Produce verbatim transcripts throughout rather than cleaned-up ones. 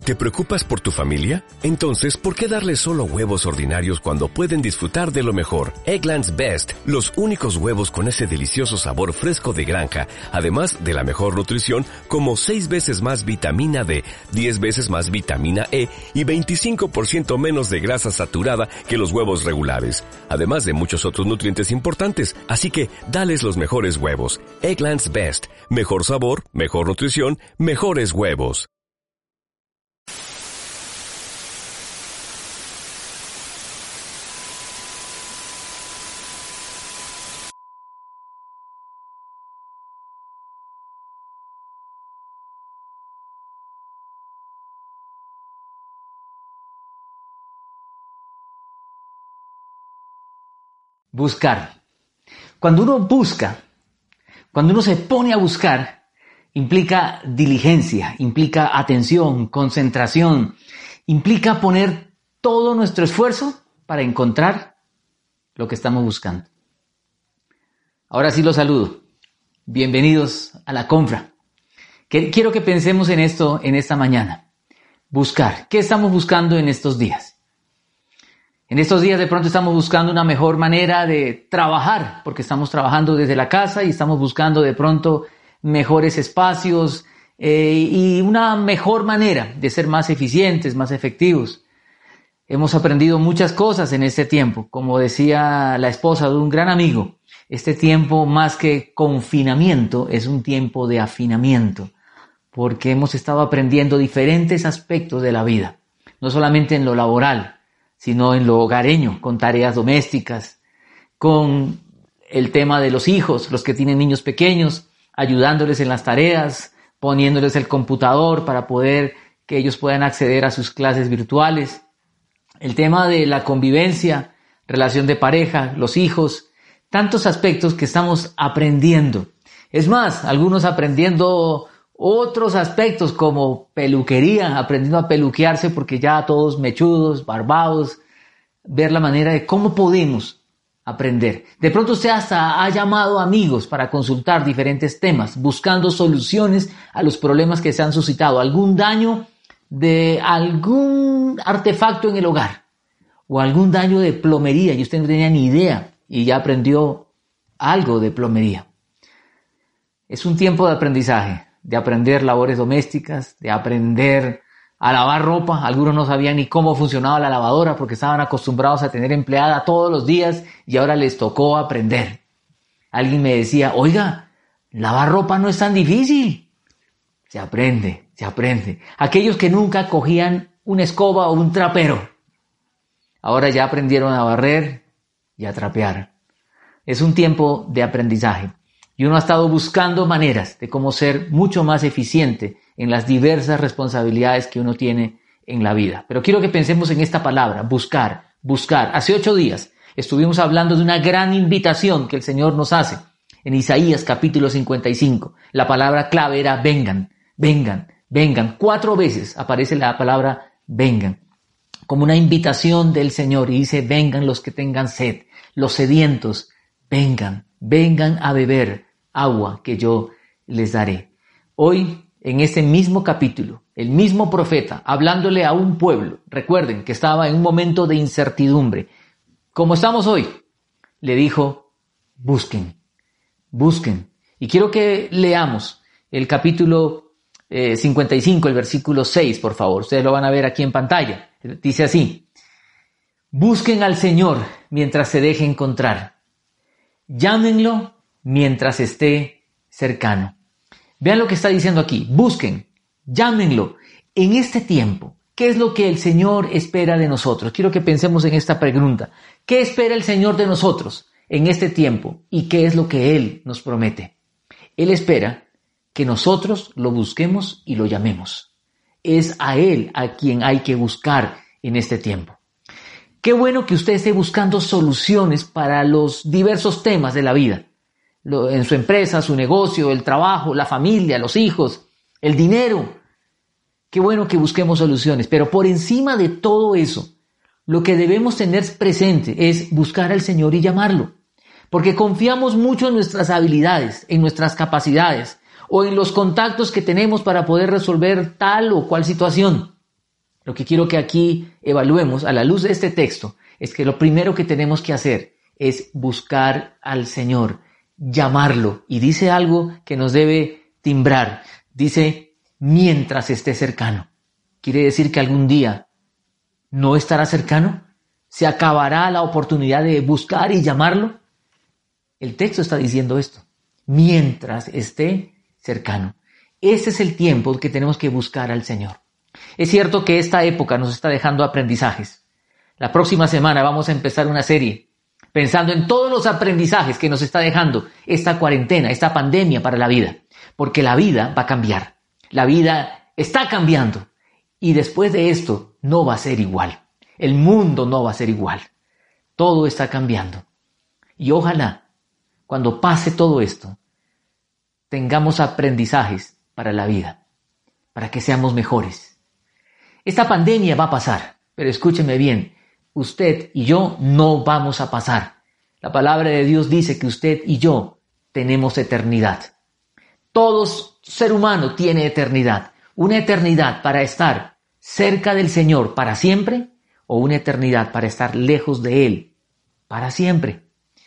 ¿Te preocupas por tu familia? Entonces, ¿por qué darles solo huevos ordinarios cuando pueden disfrutar de lo mejor? Eggland's Best, los únicos huevos con ese delicioso sabor fresco de granja, además de la mejor nutrición, como seis veces más vitamina D, diez veces más vitamina E y veinticinco por ciento menos de grasa saturada que los huevos regulares, además de muchos otros nutrientes importantes. Así que, dales los mejores huevos. Eggland's Best, mejor sabor, mejor nutrición, mejores huevos. Buscar. Cuando uno busca, cuando uno se pone a buscar, implica diligencia, implica atención, concentración, implica poner todo nuestro esfuerzo para encontrar lo que estamos buscando. Ahora sí los saludo. Bienvenidos a la Confra. Quiero que pensemos en esto en esta mañana. Buscar. ¿Qué estamos buscando en estos días? En estos días de pronto estamos buscando una mejor manera de trabajar, porque estamos trabajando desde la casa y estamos buscando de pronto mejores espacios eh, y una mejor manera de ser más eficientes, más efectivos. Hemos aprendido muchas cosas en este tiempo. Como decía la esposa de un gran amigo, este tiempo más que confinamiento es un tiempo de afinamiento, porque hemos estado aprendiendo diferentes aspectos de la vida, no solamente en lo laboral, sino en lo hogareño, con tareas domésticas, con el tema de los hijos, los que tienen niños pequeños, ayudándoles en las tareas, poniéndoles el computador para poder que ellos puedan acceder a sus clases virtuales, el tema de la convivencia, relación de pareja, los hijos, tantos aspectos que estamos aprendiendo. Es más, algunos aprendiendo otros aspectos como peluquería, aprendiendo a peluquearse porque ya todos mechudos, barbados, ver la manera de cómo podemos aprender. De pronto usted hasta ha llamado amigos para consultar diferentes temas, buscando soluciones a los problemas que se han suscitado, algún daño de algún artefacto en el hogar o algún daño de plomería y usted no tenía ni idea y ya aprendió algo de plomería. Es un tiempo de aprendizaje, de aprender labores domésticas, de aprender a lavar ropa. Algunos no sabían ni cómo funcionaba la lavadora porque estaban acostumbrados a tener empleada todos los días y ahora les tocó aprender. Alguien me decía, oiga, lavar ropa no es tan difícil. Se aprende, se aprende. Aquellos que nunca cogían una escoba o un trapero, ahora ya aprendieron a barrer y a trapear. Es un tiempo de aprendizaje. Y uno ha estado buscando maneras de cómo ser mucho más eficiente en las diversas responsabilidades que uno tiene en la vida. Pero quiero que pensemos en esta palabra, buscar, buscar. Hace ocho días estuvimos hablando de una gran invitación que el Señor nos hace. En Isaías capítulo cincuenta y cinco, la palabra clave era vengan, vengan, vengan. Cuatro veces aparece la palabra vengan, como una invitación del Señor. Y dice, vengan los que tengan sed, los sedientos, vengan, vengan a beber agua que yo les daré. Hoy, en este mismo capítulo, el mismo profeta, hablándole a un pueblo, recuerden que estaba en un momento de incertidumbre, como estamos hoy, le dijo, busquen, busquen. Y quiero que leamos el capítulo eh, cincuenta y cinco, el versículo seis, por favor. Ustedes lo van a ver aquí en pantalla. Dice así, busquen al Señor mientras se deje encontrar. Llámenlo mientras esté cercano. Vean lo que está diciendo aquí. Busquen, llámenlo. En este tiempo, ¿qué es lo que el Señor espera de nosotros? Quiero que pensemos en esta pregunta. ¿Qué espera el Señor de nosotros en este tiempo? ¿Y qué es lo que Él nos promete? Él espera que nosotros lo busquemos y lo llamemos. Es a Él a quien hay que buscar en este tiempo. Qué bueno que usted esté buscando soluciones para los diversos temas de la vida. En su empresa, su negocio, el trabajo, la familia, los hijos, el dinero. Qué bueno que busquemos soluciones. Pero por encima de todo eso, lo que debemos tener presente es buscar al Señor y llamarlo. Porque confiamos mucho en nuestras habilidades, en nuestras capacidades o en los contactos que tenemos para poder resolver tal o cual situación. Lo que quiero que aquí evaluemos a la luz de este texto es que lo primero que tenemos que hacer es buscar al Señor, llamarlo. Y dice algo que nos debe timbrar. Dice, mientras esté cercano. ¿Quiere decir que algún día no estará cercano? ¿Se acabará la oportunidad de buscar y llamarlo? El texto está diciendo esto. Mientras esté cercano. Ese es el tiempo que tenemos que buscar al Señor. Es cierto que esta época nos está dejando aprendizajes. La próxima semana vamos a empezar una serie pensando en todos los aprendizajes que nos está dejando esta cuarentena, esta pandemia para la vida. Porque la vida va a cambiar. La vida está cambiando. Y después de esto no va a ser igual. El mundo no va a ser igual. Todo está cambiando. Y ojalá, cuando pase todo esto, tengamos aprendizajes para la vida, para que seamos mejores. Esta pandemia va a pasar, pero escúcheme bien, usted y yo no vamos a pasar. La palabra de Dios dice que usted y yo tenemos eternidad. Todo ser humano tiene eternidad. Una eternidad para estar cerca del Señor para siempre o una eternidad para estar lejos de Él para siempre.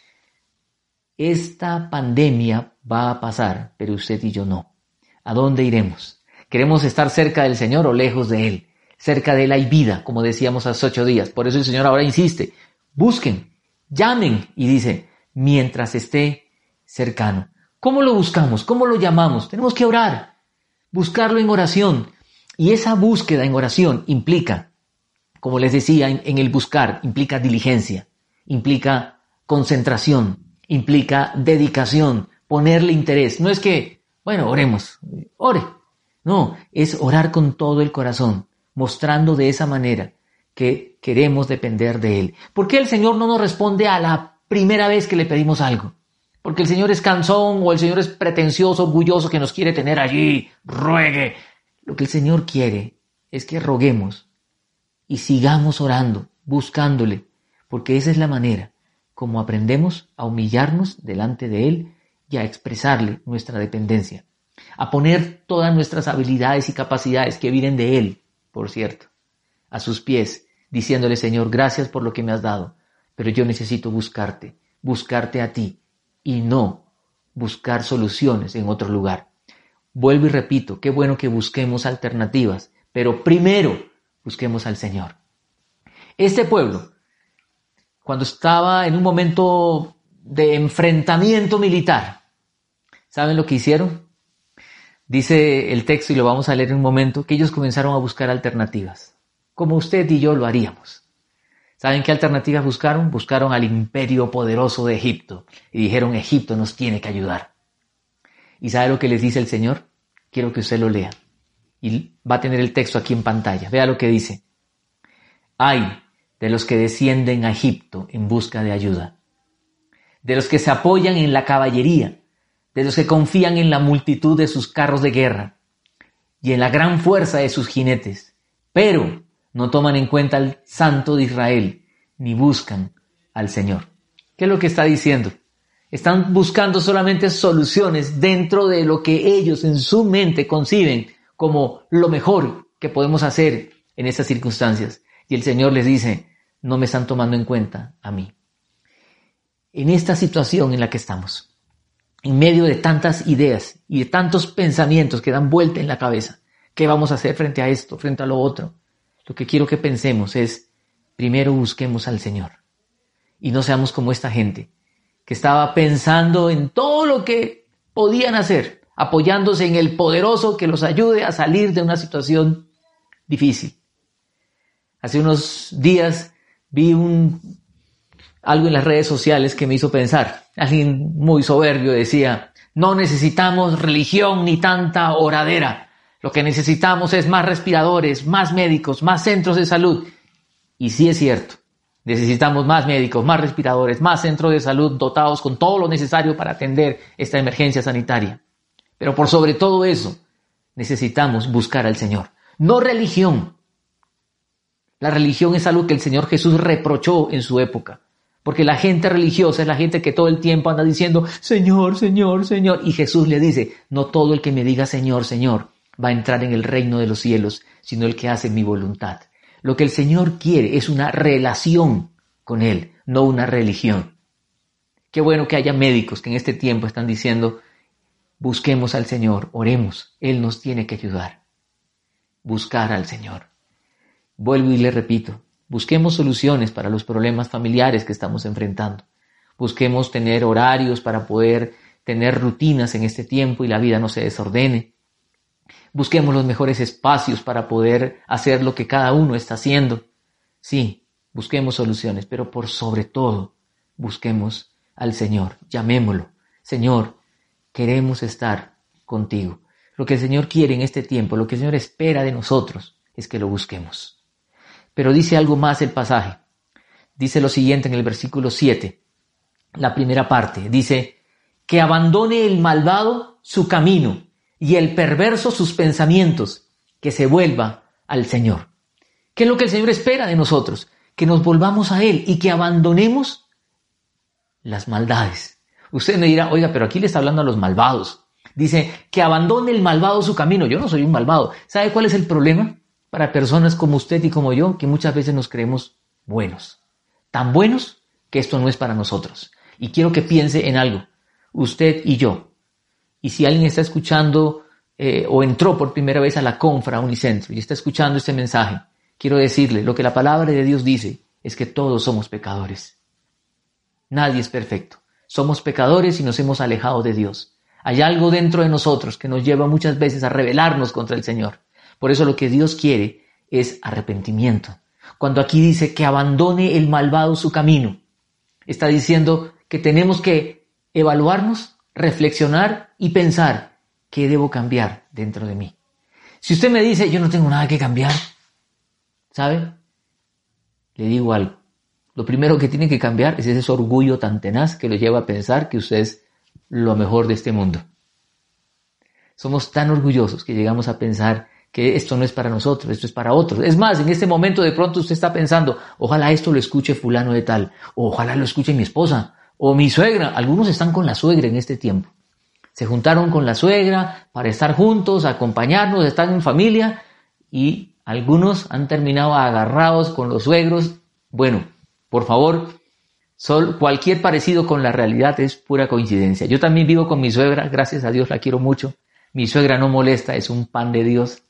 Esta pandemia va a pasar, pero usted y yo no. ¿A dónde iremos? ¿Queremos estar cerca del Señor o lejos de Él? Cerca de Él hay vida, como decíamos hace ocho días. Por eso el Señor ahora insiste. Busquen, llamen y dice, mientras esté cercano. ¿Cómo lo buscamos? ¿Cómo lo llamamos? Tenemos que orar, buscarlo en oración. Y esa búsqueda en oración implica, como les decía, en, en el buscar, implica diligencia, implica concentración, implica dedicación, ponerle interés. No es que, bueno, oremos, ore. No, es orar con todo el corazón, mostrando de esa manera que queremos depender de Él. ¿Por qué el Señor no nos responde a la primera vez que le pedimos algo? Porque el Señor es cansón o el Señor es pretencioso, orgulloso, que nos quiere tener allí, ruegue. Lo que el Señor quiere es que roguemos y sigamos orando, buscándole, porque esa es la manera como aprendemos a humillarnos delante de Él y a expresarle nuestra dependencia, a poner todas nuestras habilidades y capacidades que vienen de Él, por cierto, a sus pies, diciéndole, Señor, gracias por lo que me has dado, pero yo necesito buscarte, buscarte a ti y no buscar soluciones en otro lugar. Vuelvo y repito, qué bueno que busquemos alternativas, pero primero busquemos al Señor. Este pueblo, cuando estaba en un momento de enfrentamiento militar, ¿saben lo que hicieron? Dice el texto, y lo vamos a leer en un momento, que ellos comenzaron a buscar alternativas, como usted y yo lo haríamos. ¿Saben qué alternativas buscaron? Buscaron al imperio poderoso de Egipto y dijeron, Egipto nos tiene que ayudar. ¿Y sabe lo que les dice el Señor? Quiero que usted lo lea. Y va a tener el texto aquí en pantalla. Vea lo que dice. Ay de los que descienden a Egipto en busca de ayuda, de los que se apoyan en la caballería, de los que confían en la multitud de sus carros de guerra y en la gran fuerza de sus jinetes, pero no toman en cuenta al Santo de Israel, ni buscan al Señor. ¿Qué es lo que está diciendo? Están buscando solamente soluciones dentro de lo que ellos en su mente conciben como lo mejor que podemos hacer en estas circunstancias. Y el Señor les dice, no me están tomando en cuenta a mí. En esta situación en la que estamos, en medio de tantas ideas y de tantos pensamientos que dan vuelta en la cabeza, ¿qué vamos a hacer frente a esto, frente a lo otro? Lo que quiero que pensemos es, primero busquemos al Señor y no seamos como esta gente que estaba pensando en todo lo que podían hacer, apoyándose en el poderoso que los ayude a salir de una situación difícil. Hace unos días vi un, algo en las redes sociales que me hizo pensar. Alguien muy soberbio decía, no necesitamos religión ni tanta oradera. Lo que necesitamos es más respiradores, más médicos, más centros de salud. Y sí es cierto, necesitamos más médicos, más respiradores, más centros de salud dotados con todo lo necesario para atender esta emergencia sanitaria. Pero por sobre todo eso, necesitamos buscar al Señor. No religión. La religión es algo que el Señor Jesús reprochó en su época. Porque la gente religiosa es la gente que todo el tiempo anda diciendo, Señor, Señor, Señor. Y Jesús le dice, no todo el que me diga Señor, Señor, va a entrar en el reino de los cielos, sino el que hace mi voluntad. Lo que el Señor quiere es una relación con Él, no una religión. Qué bueno que haya médicos que en este tiempo están diciendo, busquemos al Señor, oremos, Él nos tiene que ayudar. Buscar al Señor. Vuelvo y le repito, busquemos soluciones para los problemas familiares que estamos enfrentando. Busquemos tener horarios para poder tener rutinas en este tiempo y la vida no se desordene. Busquemos los mejores espacios para poder hacer lo que cada uno está haciendo. Sí, busquemos soluciones, pero por sobre todo, busquemos al Señor. Llamémoslo. Señor, queremos estar contigo. Lo que el Señor quiere en este tiempo, lo que el Señor espera de nosotros, es que lo busquemos. Pero dice algo más el pasaje. Dice lo siguiente en el versículo siete, la primera parte. Dice, que abandone el malvado su camino y el perverso sus pensamientos, que se vuelva al Señor. ¿Qué es lo que el Señor espera de nosotros? Que nos volvamos a Él y que abandonemos las maldades. Usted me dirá, oiga, pero aquí le está hablando a los malvados. Dice, que abandone el malvado su camino. Yo no soy un malvado. ¿Sabe cuál es el problema? Para personas como usted y como yo, que muchas veces nos creemos buenos. Tan buenos que esto no es para nosotros. Y quiero que piense en algo. Usted y yo. Y si alguien está escuchando eh, o entró por primera vez a la Confra Unicentro y está escuchando este mensaje, quiero decirle, lo que la palabra de Dios dice es que todos somos pecadores. Nadie es perfecto. Somos pecadores y nos hemos alejado de Dios. Hay algo dentro de nosotros que nos lleva muchas veces a rebelarnos contra el Señor. Por eso lo que Dios quiere es arrepentimiento. Cuando aquí dice que abandone el malvado su camino, está diciendo que tenemos que evaluarnos, reflexionar y pensar qué debo cambiar dentro de mí. Si usted me dice, yo no tengo nada que cambiar, ¿sabe? Le digo algo. Lo primero que tiene que cambiar es ese orgullo tan tenaz que lo lleva a pensar que usted es lo mejor de este mundo. Somos tan orgullosos que llegamos a pensar que esto no es para nosotros, esto es para otros. Es más, en este momento de pronto usted está pensando, ojalá esto lo escuche fulano de tal, o ojalá lo escuche mi esposa, o mi suegra. Algunos están con la suegra en este tiempo. Se juntaron con la suegra para estar juntos, acompañarnos, estar en familia, y algunos han terminado agarrados con los suegros. Bueno, por favor, sol, cualquier parecido con la realidad es pura coincidencia. Yo también vivo con mi suegra, gracias a Dios la quiero mucho. Mi suegra no molesta, es un pan de Dios.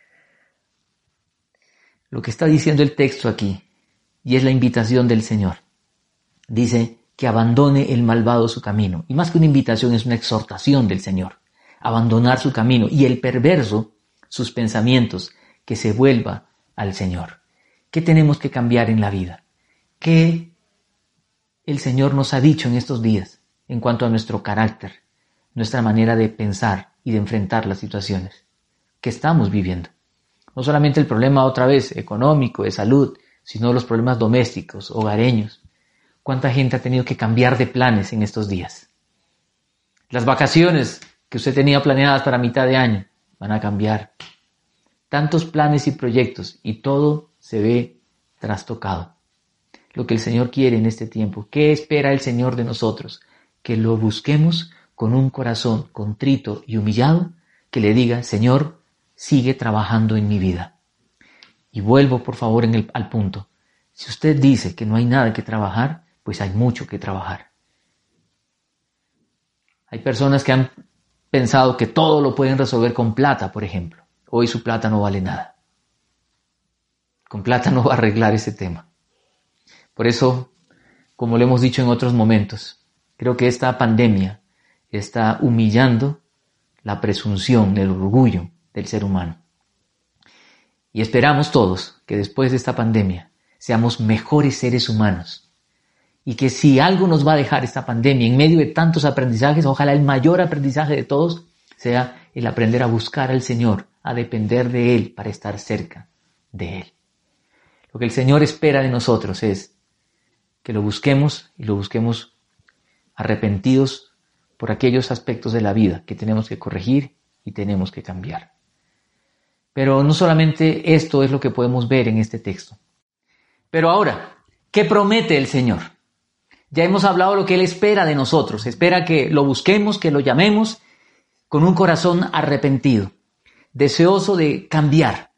Lo que está diciendo el texto aquí, y es la invitación del Señor, dice que abandone el malvado su camino. Y más que una invitación, es una exhortación del Señor. Abandonar su camino. Y el perverso, sus pensamientos, que se vuelva al Señor. ¿Qué tenemos que cambiar en la vida? ¿Qué el Señor nos ha dicho en estos días en cuanto a nuestro carácter, nuestra manera de pensar y de enfrentar las situaciones que estamos viviendo? No solamente el problema otra vez económico, de salud, sino los problemas domésticos, hogareños. ¿Cuánta gente ha tenido que cambiar de planes en estos días? Las vacaciones que usted tenía planeadas para mitad de año van a cambiar. Tantos planes y proyectos y todo se ve trastocado. Lo que el Señor quiere en este tiempo. ¿Qué espera el Señor de nosotros? Que lo busquemos con un corazón contrito y humillado, que le diga, Señor, sigue trabajando en mi vida. Y vuelvo por favor en el, al punto. Si usted dice que no hay nada que trabajar, pues hay mucho que trabajar. Hay personas que han pensado que todo lo pueden resolver con plata, por ejemplo. Hoy su plata no vale nada. Con plata no va a arreglar ese tema. Por eso, como lo hemos dicho en otros momentos, creo que esta pandemia está humillando la presunción, el orgullo del ser humano. Y esperamos todos que después de esta pandemia seamos mejores seres humanos. Y que si algo nos va a dejar esta pandemia en medio de tantos aprendizajes, ojalá el mayor aprendizaje de todos sea el aprender a buscar al Señor, a depender de Él para estar cerca de Él. Lo que el Señor espera de nosotros es que lo busquemos y lo busquemos arrepentidos por aquellos aspectos de la vida que tenemos que corregir y tenemos que cambiar. Pero no solamente esto es lo que podemos ver en este texto. Pero ahora, ¿qué promete el Señor? Ya hemos hablado de lo que Él espera de nosotros. Espera que lo busquemos, que lo llamemos con un corazón arrepentido, deseoso de cambiar,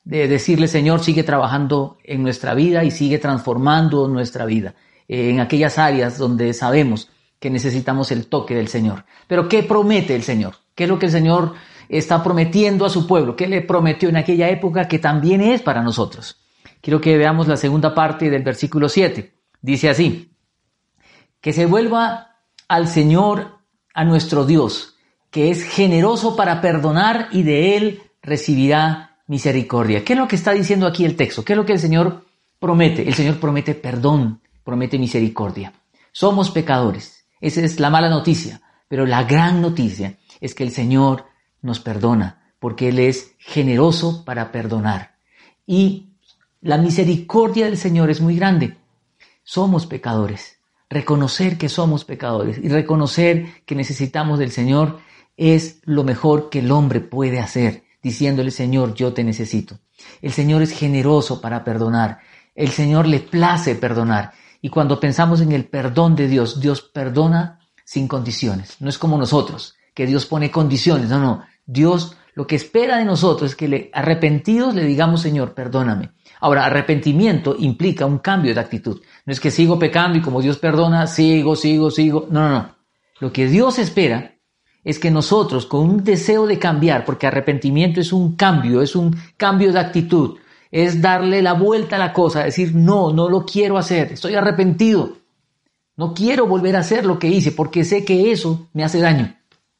de decirle, Señor, sigue trabajando en nuestra vida y sigue transformando nuestra vida eh, en aquellas áreas donde sabemos que necesitamos el toque del Señor. Pero ¿qué promete el Señor? ¿Qué es lo que el Señor está prometiendo a su pueblo? ¿Qué le prometió en aquella época que también es para nosotros? Quiero que veamos la segunda parte del versículo siete. Dice así: que se vuelva al Señor, a nuestro Dios, que es generoso para perdonar y de Él recibirá misericordia. ¿Qué es lo que está diciendo aquí el texto? ¿Qué es lo que el Señor promete? El Señor promete perdón, promete misericordia. Somos pecadores. Esa es la mala noticia. Pero la gran noticia es que el Señor nos perdona, porque Él es generoso para perdonar. Y la misericordia del Señor es muy grande. Somos pecadores. Reconocer que somos pecadores y reconocer que necesitamos del Señor es lo mejor que el hombre puede hacer, diciéndole, Señor, yo te necesito. El Señor es generoso para perdonar. El Señor le place perdonar. Y cuando pensamos en el perdón de Dios, Dios perdona sin condiciones. No es como nosotros, que Dios pone condiciones. No, no. Dios lo que espera de nosotros es que le, arrepentidos le digamos, Señor, perdóname. Ahora, arrepentimiento implica un cambio de actitud. No es que sigo pecando y como Dios perdona, sigo, sigo, sigo. No, no, no. Lo que Dios espera es que nosotros, con un deseo de cambiar, porque arrepentimiento es un cambio, es un cambio de actitud, es darle la vuelta a la cosa, decir, no, no lo quiero hacer, estoy arrepentido. No quiero volver a hacer lo que hice porque sé que eso me hace daño.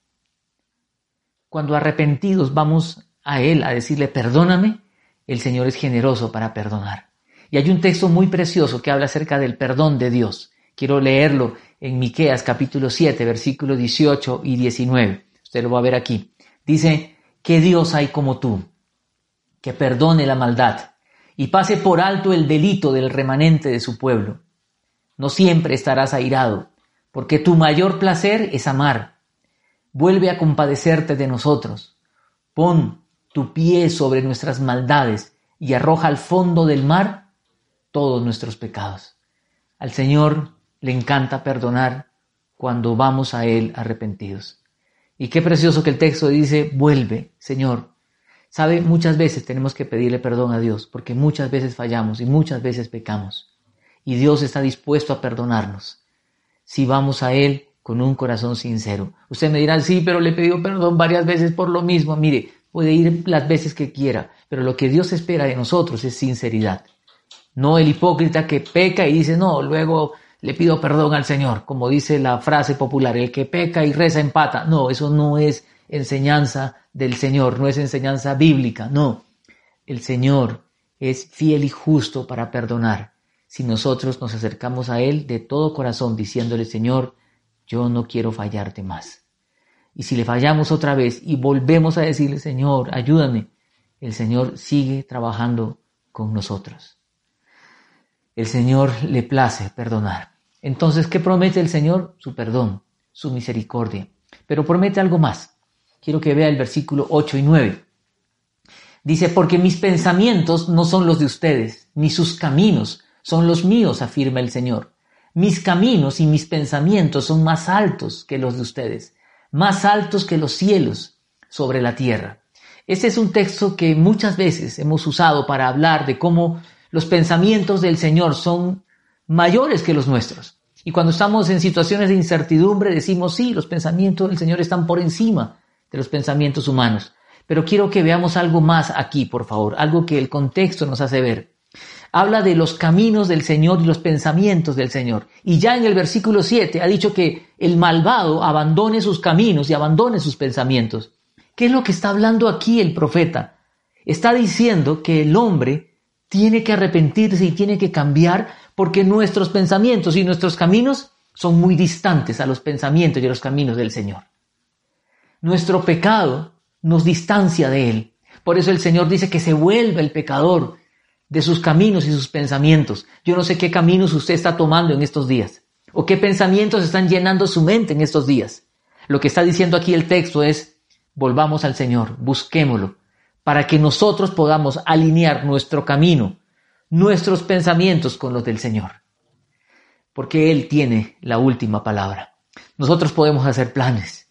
Cuando arrepentidos vamos a Él a decirle, perdóname, el Señor es generoso para perdonar. Y hay un texto muy precioso que habla acerca del perdón de Dios. Quiero leerlo en Miqueas capítulo siete, versículos dieciocho y diecinueve. Usted lo va a ver aquí. Dice, ¿qué Dios hay como tú, que perdone la maldad y pase por alto el delito del remanente de su pueblo? No siempre estarás airado, porque tu mayor placer es amar. Vuelve a compadecerte de nosotros. Pon tu pie sobre nuestras maldades y arroja al fondo del mar todos nuestros pecados. Al Señor le encanta perdonar cuando vamos a Él arrepentidos. Y qué precioso que el texto dice, vuelve, Señor. Sabe, muchas veces tenemos que pedirle perdón a Dios, porque muchas veces fallamos y muchas veces pecamos. Y Dios está dispuesto a perdonarnos si vamos a Él con un corazón sincero. Usted me dirá, sí, pero le he pedido perdón varias veces por lo mismo. Mire, puede ir las veces que quiera, pero lo que Dios espera de nosotros es sinceridad. No el hipócrita que peca y dice, no, luego le pido perdón al Señor, como dice la frase popular, el que peca y reza empata. No, eso no es enseñanza del Señor, no es enseñanza bíblica, no. El Señor es fiel y justo para perdonar si nosotros nos acercamos a Él de todo corazón diciéndole, Señor, yo no quiero fallarte más. Y si le fallamos otra vez y volvemos a decirle, Señor, ayúdame, el Señor sigue trabajando con nosotros. El Señor le place perdonar. Entonces, ¿qué promete el Señor? Su perdón, su misericordia. Pero promete algo más. Quiero que vea el versículo ocho y nueve. Dice, porque mis pensamientos no son los de ustedes, ni sus caminos son los míos, afirma el Señor. Mis caminos y mis pensamientos son más altos que los de ustedes, más altos que los cielos sobre la tierra. Este es un texto que muchas veces hemos usado para hablar de cómo los pensamientos del Señor son mayores que los nuestros. Y cuando estamos en situaciones de incertidumbre decimos, sí, los pensamientos del Señor están por encima de los pensamientos humanos. Pero quiero que veamos algo más aquí, por favor, algo que el contexto nos hace ver. Habla de los caminos del Señor y los pensamientos del Señor. Y ya en el versículo siete ha dicho que el malvado abandone sus caminos y abandone sus pensamientos. ¿Qué es lo que está hablando aquí el profeta? Está diciendo que el hombre tiene que arrepentirse y tiene que cambiar porque nuestros pensamientos y nuestros caminos son muy distantes a los pensamientos y a los caminos del Señor. Nuestro pecado nos distancia de Él. Por eso el Señor dice que se vuelva el pecador de sus caminos y sus pensamientos. Yo no sé qué caminos usted está tomando en estos días o qué pensamientos están llenando su mente en estos días. Lo que está diciendo aquí el texto es, volvamos al Señor, busquémoslo, para que nosotros podamos alinear nuestro camino, nuestros pensamientos con los del Señor. Porque Él tiene la última palabra. Nosotros podemos hacer planes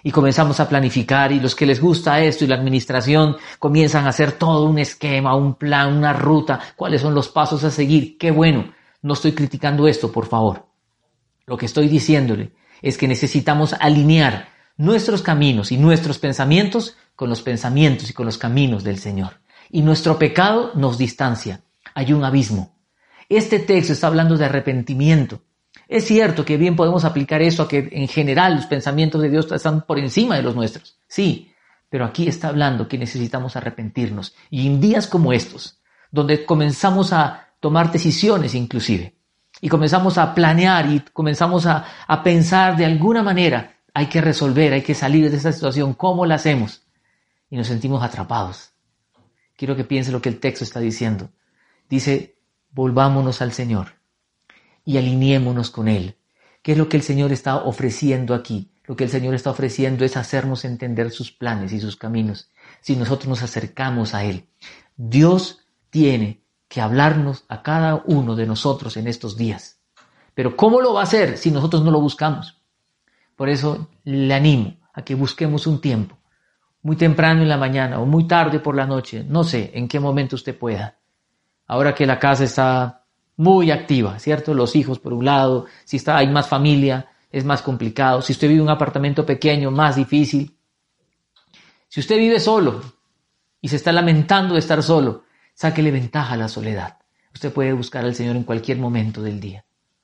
Y comenzamos a planificar, y los que les gusta esto y la administración comienzan a hacer todo un esquema, un plan, una ruta, cuáles son los pasos a seguir. Qué bueno, no estoy criticando esto, por favor. Lo que estoy diciéndole es que necesitamos alinear nuestros caminos y nuestros pensamientos con los pensamientos y con los caminos del Señor. Y nuestro pecado nos distancia. Hay un abismo. Este texto está hablando de arrepentimiento. Es cierto que bien podemos aplicar eso a que en general los pensamientos de Dios están por encima de los nuestros. Sí, pero aquí está hablando que necesitamos arrepentirnos. Y en días como estos, donde comenzamos a tomar decisiones inclusive, y comenzamos a planear y comenzamos a, a pensar de alguna manera, hay que resolver, hay que salir de esa situación, ¿cómo la hacemos? Y nos sentimos atrapados. Quiero que piense lo que el texto está diciendo. Dice, volvámonos al Señor y alineémonos con Él. ¿Qué es lo que el Señor está ofreciendo aquí? Lo que el Señor está ofreciendo es hacernos entender sus planes y sus caminos. Si nosotros nos acercamos a Él, Dios tiene que hablarnos a cada uno de nosotros en estos días. Pero ¿cómo lo va a hacer si nosotros no lo buscamos? Por eso le animo a que busquemos un tiempo, muy temprano en la mañana o muy tarde por la noche, no sé en qué momento usted pueda. Ahora que la casa está muy activa, ¿cierto? Los hijos por un lado, si está, hay más familia, es más complicado. Si usted vive en un apartamento pequeño, más difícil. Si usted vive solo y se está lamentando de estar solo, sáquele ventaja a la soledad. Usted puede buscar al Señor en cualquier momento del día.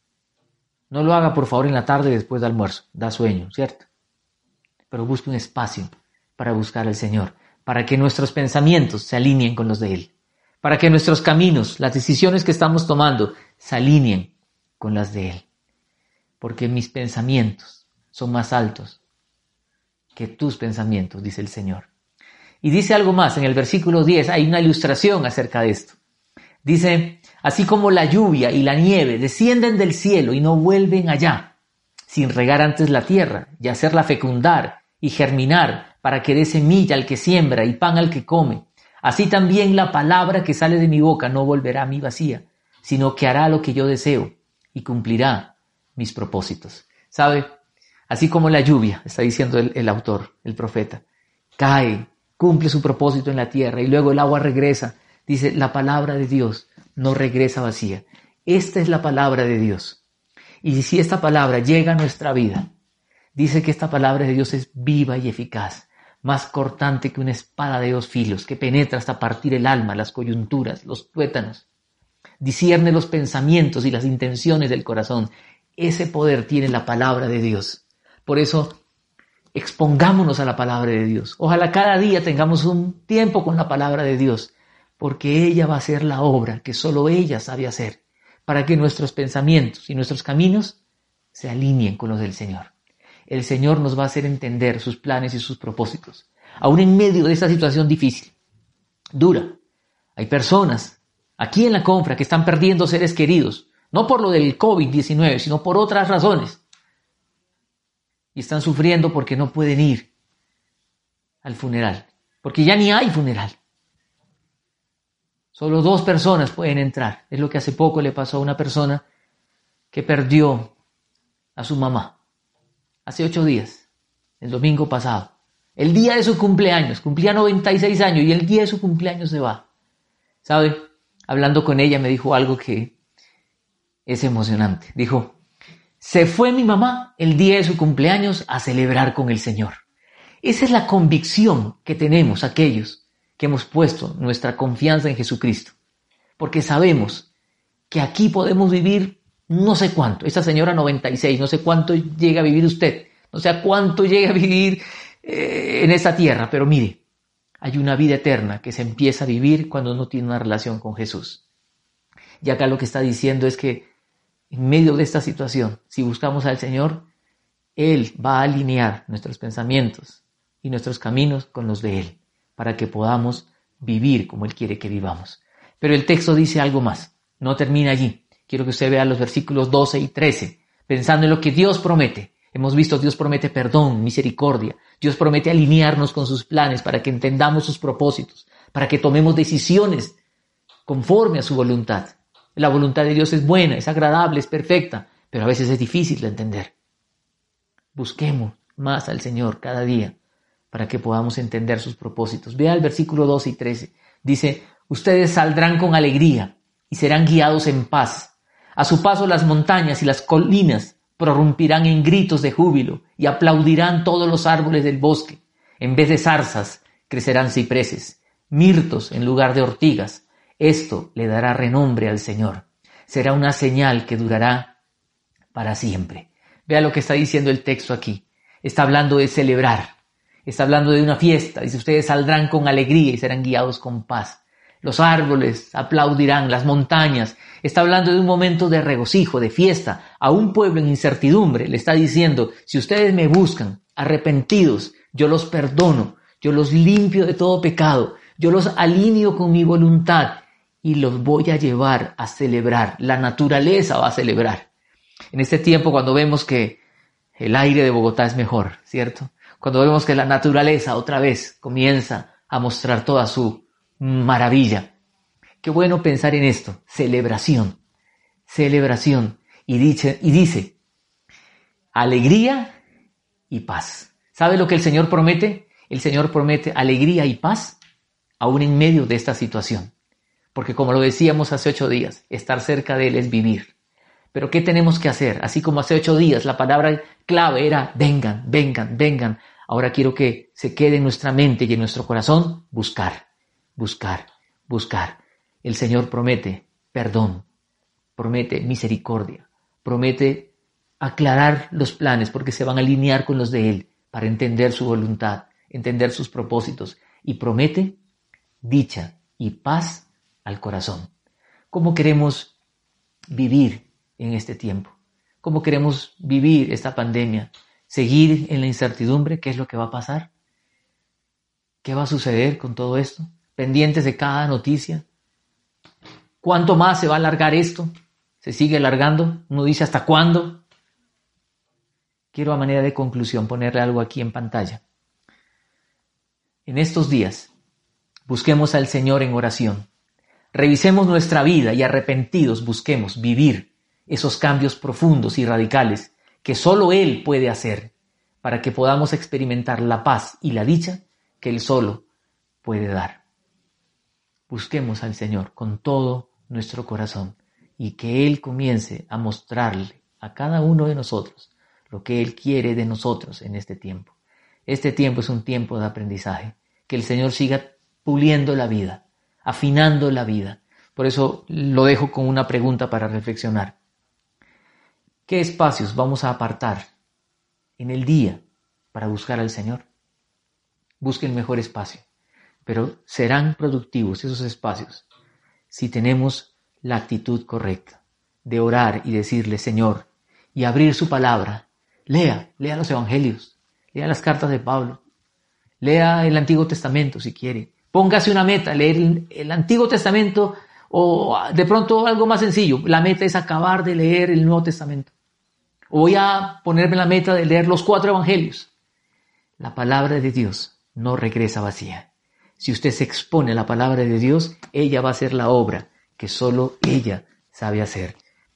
No lo haga, por favor, en la tarde después del almuerzo. Da sueño, ¿cierto? Pero busque un espacio para buscar al Señor, para que nuestros pensamientos se alineen con los de Él, para que nuestros caminos, las decisiones que estamos tomando, se alineen con las de Él. Porque mis pensamientos son más altos que tus pensamientos, dice el Señor. Y dice algo más, en el versículo diez hay una ilustración acerca de esto. Dice, así como la lluvia y la nieve descienden del cielo y no vuelven allá, sin regar antes la tierra y hacerla fecundar y germinar para que dé semilla al que siembra y pan al que come, así también la palabra que sale de mi boca no volverá a mí vacía, sino que hará lo que yo deseo y cumplirá mis propósitos. ¿Sabe? Así como la lluvia, está diciendo el, el autor, el profeta, cae, cumple su propósito en la tierra y luego el agua regresa. Dice, la palabra de Dios no regresa vacía. Esta es la palabra de Dios. Y si esta palabra llega a nuestra vida, dice que esta palabra de Dios es viva y eficaz, más cortante que una espada de dos filos, que penetra hasta partir el alma, las coyunturas, los tuétanos. Discierne los pensamientos y las intenciones del corazón. Ese poder tiene la palabra de Dios. Por eso, expongámonos a la palabra de Dios. Ojalá cada día tengamos un tiempo con la palabra de Dios, porque ella va a hacer la obra que solo ella sabe hacer, para que nuestros pensamientos y nuestros caminos se alineen con los del Señor. El Señor nos va a hacer entender sus planes y sus propósitos, aún en medio de esta situación difícil, dura. Hay personas aquí en la Confra que están perdiendo seres queridos, no por lo del COVID diecinueve, sino por otras razones. Y están sufriendo porque no pueden ir al funeral, porque ya ni hay funeral. Solo dos personas pueden entrar. Es lo que hace poco le pasó a una persona que perdió a su mamá. Hace ocho días, el domingo pasado. El día de su cumpleaños, cumplía noventa y seis años y el día de su cumpleaños se va. ¿Sabe? Hablando con ella me dijo algo que es emocionante. Dijo, se fue mi mamá el día de su cumpleaños a celebrar con el Señor. Esa es la convicción que tenemos aquellos que hemos puesto nuestra confianza en Jesucristo. Porque sabemos que aquí podemos vivir no sé cuánto. Esta señora noventa y seis, no sé cuánto llega a vivir usted. No sé a cuánto llega a vivir eh, en esta tierra. Pero mire, hay una vida eterna que se empieza a vivir cuando uno tiene una relación con Jesús. Y acá lo que está diciendo es que en medio de esta situación, si buscamos al Señor, Él va a alinear nuestros pensamientos y nuestros caminos con los de Él, para que podamos vivir como Él quiere que vivamos. Pero el texto dice algo más, no termina allí. Quiero que usted vea los versículos doce y trece, pensando en lo que Dios promete. Hemos visto, Dios promete perdón, misericordia. Dios promete alinearnos con sus planes para que entendamos sus propósitos, para que tomemos decisiones conforme a su voluntad. La voluntad de Dios es buena, es agradable, es perfecta, pero a veces es difícil de entender. Busquemos más al Señor cada día para que podamos entender sus propósitos. Vea el versículo doce y trece. Dice, ustedes saldrán con alegría y serán guiados en paz. A su paso las montañas y las colinas prorrumpirán en gritos de júbilo y aplaudirán todos los árboles del bosque. En vez de zarzas crecerán cipreses, mirtos en lugar de ortigas. Esto le dará renombre al Señor. Será una señal que durará para siempre. Vea lo que está diciendo el texto aquí. Está hablando de celebrar. Está hablando de una fiesta. Dice, ustedes saldrán con alegría y serán guiados con paz. Los árboles aplaudirán, las montañas. Está hablando de un momento de regocijo, de fiesta. A un pueblo en incertidumbre le está diciendo, si ustedes me buscan arrepentidos, yo los perdono, yo los limpio de todo pecado, yo los alineo con mi voluntad y los voy a llevar a celebrar. La naturaleza va a celebrar. En este tiempo, cuando vemos que el aire de Bogotá es mejor, ¿cierto? Cuando vemos que la naturaleza otra vez comienza a mostrar toda su maravilla. Qué bueno pensar en esto. Celebración. Celebración. Y dice, y dice, alegría y paz. ¿Sabe lo que el Señor promete? El Señor promete alegría y paz aún en medio de esta situación. Porque como lo decíamos hace ocho días, estar cerca de Él es vivir. Pero ¿qué tenemos que hacer? Así como hace ocho días la palabra clave era vengan, vengan, vengan. Ahora quiero que se quede en nuestra mente y en nuestro corazón buscar, buscar, buscar. El Señor promete perdón, promete misericordia, promete aclarar los planes porque se van a alinear con los de Él para entender su voluntad, entender sus propósitos y promete dicha y paz al corazón. ¿Cómo queremos vivir en este tiempo? ¿Cómo queremos vivir esta pandemia? ¿Seguir en la incertidumbre? ¿Qué es lo que va a pasar? ¿Qué va a suceder con todo esto? ¿Pendientes de cada noticia? ¿Cuánto más se va a alargar esto? ¿Se sigue alargando? Uno dice, ¿hasta cuándo? Quiero a manera de conclusión ponerle algo aquí en pantalla. En estos días, busquemos al Señor en oración. Revisemos nuestra vida y arrepentidos busquemos vivir esos cambios profundos y radicales que solo Él puede hacer para que podamos experimentar la paz y la dicha que Él solo puede dar. Busquemos al Señor con todo nuestro corazón y que Él comience a mostrarle a cada uno de nosotros lo que Él quiere de nosotros en este tiempo. Este tiempo es un tiempo de aprendizaje. Que el Señor siga puliendo la vida, afinando la vida. Por eso lo dejo con una pregunta para reflexionar. ¿Qué espacios vamos a apartar en el día para buscar al Señor? Busque el mejor espacio, pero serán productivos esos espacios si tenemos la actitud correcta de orar y decirle Señor y abrir su palabra. Lea, lea los evangelios, lea las cartas de Pablo, lea el Antiguo Testamento si quiere. Póngase una meta, leer el, el Antiguo Testamento o de pronto algo más sencillo. La meta es acabar de leer el Nuevo Testamento. O voy a ponerme la meta de leer los cuatro evangelios. La palabra de Dios no regresa vacía. Si usted se expone a la palabra de Dios, ella va a hacer la obra que solo ella sabe hacer.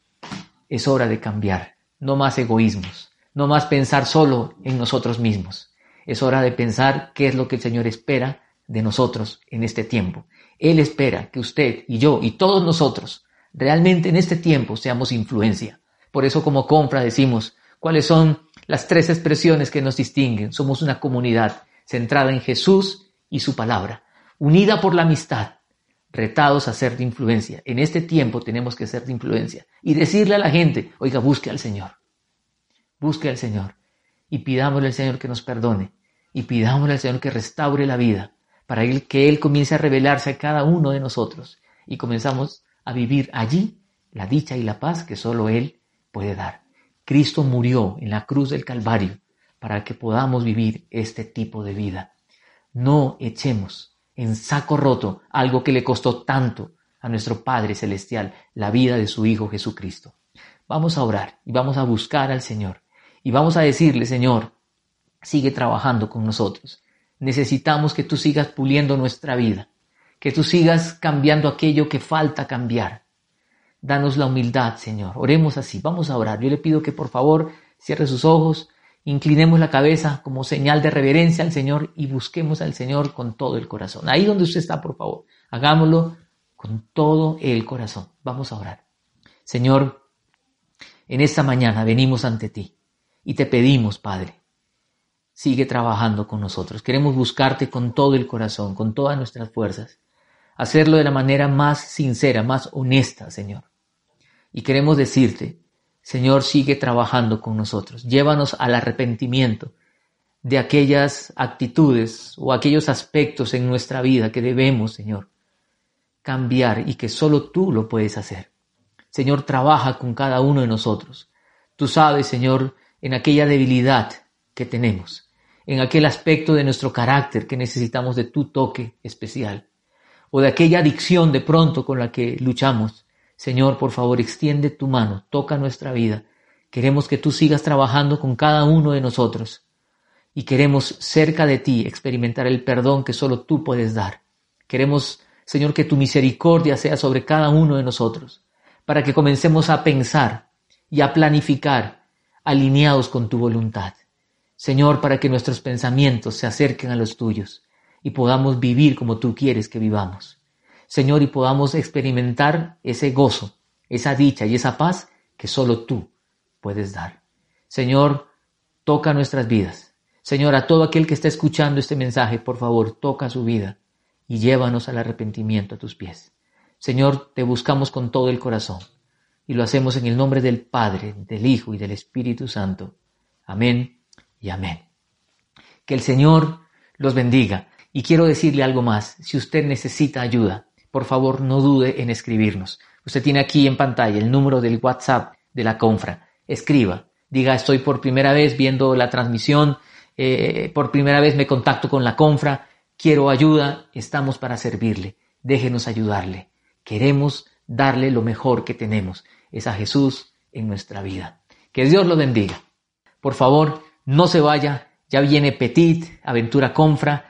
Es hora de cambiar. No más egoísmos. No más pensar solo en nosotros mismos. Es hora de pensar qué es lo que el Señor espera de nosotros en este tiempo. Él espera que usted y yo y todos nosotros realmente en este tiempo seamos influencia. Por eso como Confra decimos, ¿cuáles son las tres expresiones que nos distinguen? Somos una comunidad centrada en Jesús y su palabra, unida por la amistad, retados a ser de influencia. En este tiempo tenemos que ser de influencia y decirle a la gente, oiga, busque al Señor. Busque al Señor y pidámosle al Señor que nos perdone y pidámosle al Señor que restaure la vida para que Él comience a revelarse a cada uno de nosotros y comenzamos a vivir allí la dicha y la paz que solo Él puede dar. Cristo murió en la cruz del Calvario para que podamos vivir este tipo de vida. No echemos en saco roto algo que le costó tanto a nuestro Padre Celestial, la vida de su Hijo Jesucristo. Vamos a orar y vamos a buscar al Señor y vamos a decirle, Señor, sigue trabajando con nosotros. Necesitamos que tú sigas puliendo nuestra vida, que tú sigas cambiando aquello que falta cambiar. Danos la humildad, Señor. Oremos así, vamos a orar. Yo le pido que por favor cierre sus ojos inclinemos la cabeza como señal de reverencia al Señor y busquemos al Señor con todo el corazón. Ahí donde usted está, por favor, hagámoslo con todo el corazón. Vamos a orar. Señor, en esta mañana venimos ante ti y te pedimos, Padre, sigue trabajando con nosotros. Queremos buscarte con todo el corazón, con todas nuestras fuerzas. Hacerlo de la manera más sincera, más honesta, Señor. Y queremos decirte, Señor, sigue trabajando con nosotros. Llévanos al arrepentimiento de aquellas actitudes o aquellos aspectos en nuestra vida que debemos, Señor, cambiar y que solo tú lo puedes hacer. Señor, trabaja con cada uno de nosotros. Tú sabes, Señor, en aquella debilidad que tenemos, en aquel aspecto de nuestro carácter que necesitamos de tu toque especial, o de aquella adicción de pronto con la que luchamos. Señor, por favor, extiende tu mano, toca nuestra vida. Queremos que tú sigas trabajando con cada uno de nosotros y queremos cerca de ti experimentar el perdón que solo tú puedes dar. Queremos, Señor, que tu misericordia sea sobre cada uno de nosotros para que comencemos a pensar y a planificar alineados con tu voluntad. Señor, para que nuestros pensamientos se acerquen a los tuyos y podamos vivir como tú quieres que vivamos. Señor, y podamos experimentar ese gozo, esa dicha y esa paz que solo tú puedes dar. Señor, toca nuestras vidas. Señor, a todo aquel que está escuchando este mensaje, por favor, toca su vida y llévanos al arrepentimiento a tus pies. Señor, te buscamos con todo el corazón y lo hacemos en el nombre del Padre, del Hijo y del Espíritu Santo. Amén y amén. Que el Señor los bendiga. Y quiero decirle algo más. Si usted necesita ayuda, por favor no dude en escribirnos. Usted tiene aquí en pantalla el número del WhatsApp de la Confra. Escriba, diga estoy por primera vez viendo la transmisión, eh, por primera vez me contacto con la Confra, quiero ayuda, estamos para servirle. Déjenos ayudarle. Queremos darle lo mejor que tenemos, es a Jesús en nuestra vida. Que Dios lo bendiga. Por favor, no se vaya, ya viene Petit, Aventura Confra.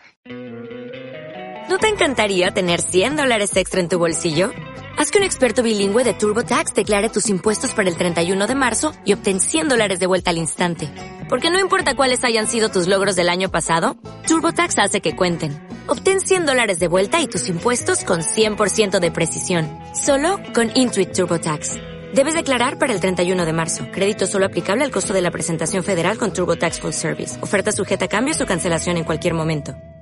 ¿No te encantaría tener cien dólares extra en tu bolsillo? Haz que un experto bilingüe de TurboTax declare tus impuestos para el treinta y uno de marzo y obtén cien dólares de vuelta al instante. Porque no importa cuáles hayan sido tus logros del año pasado, TurboTax hace que cuenten. Obtén cien dólares de vuelta y tus impuestos con cien por ciento de precisión. Solo con Intuit TurboTax. Debes declarar para el treinta y uno de marzo. Crédito solo aplicable al costo de la presentación federal con TurboTax Full Service. Oferta sujeta a cambios o cancelación en cualquier momento.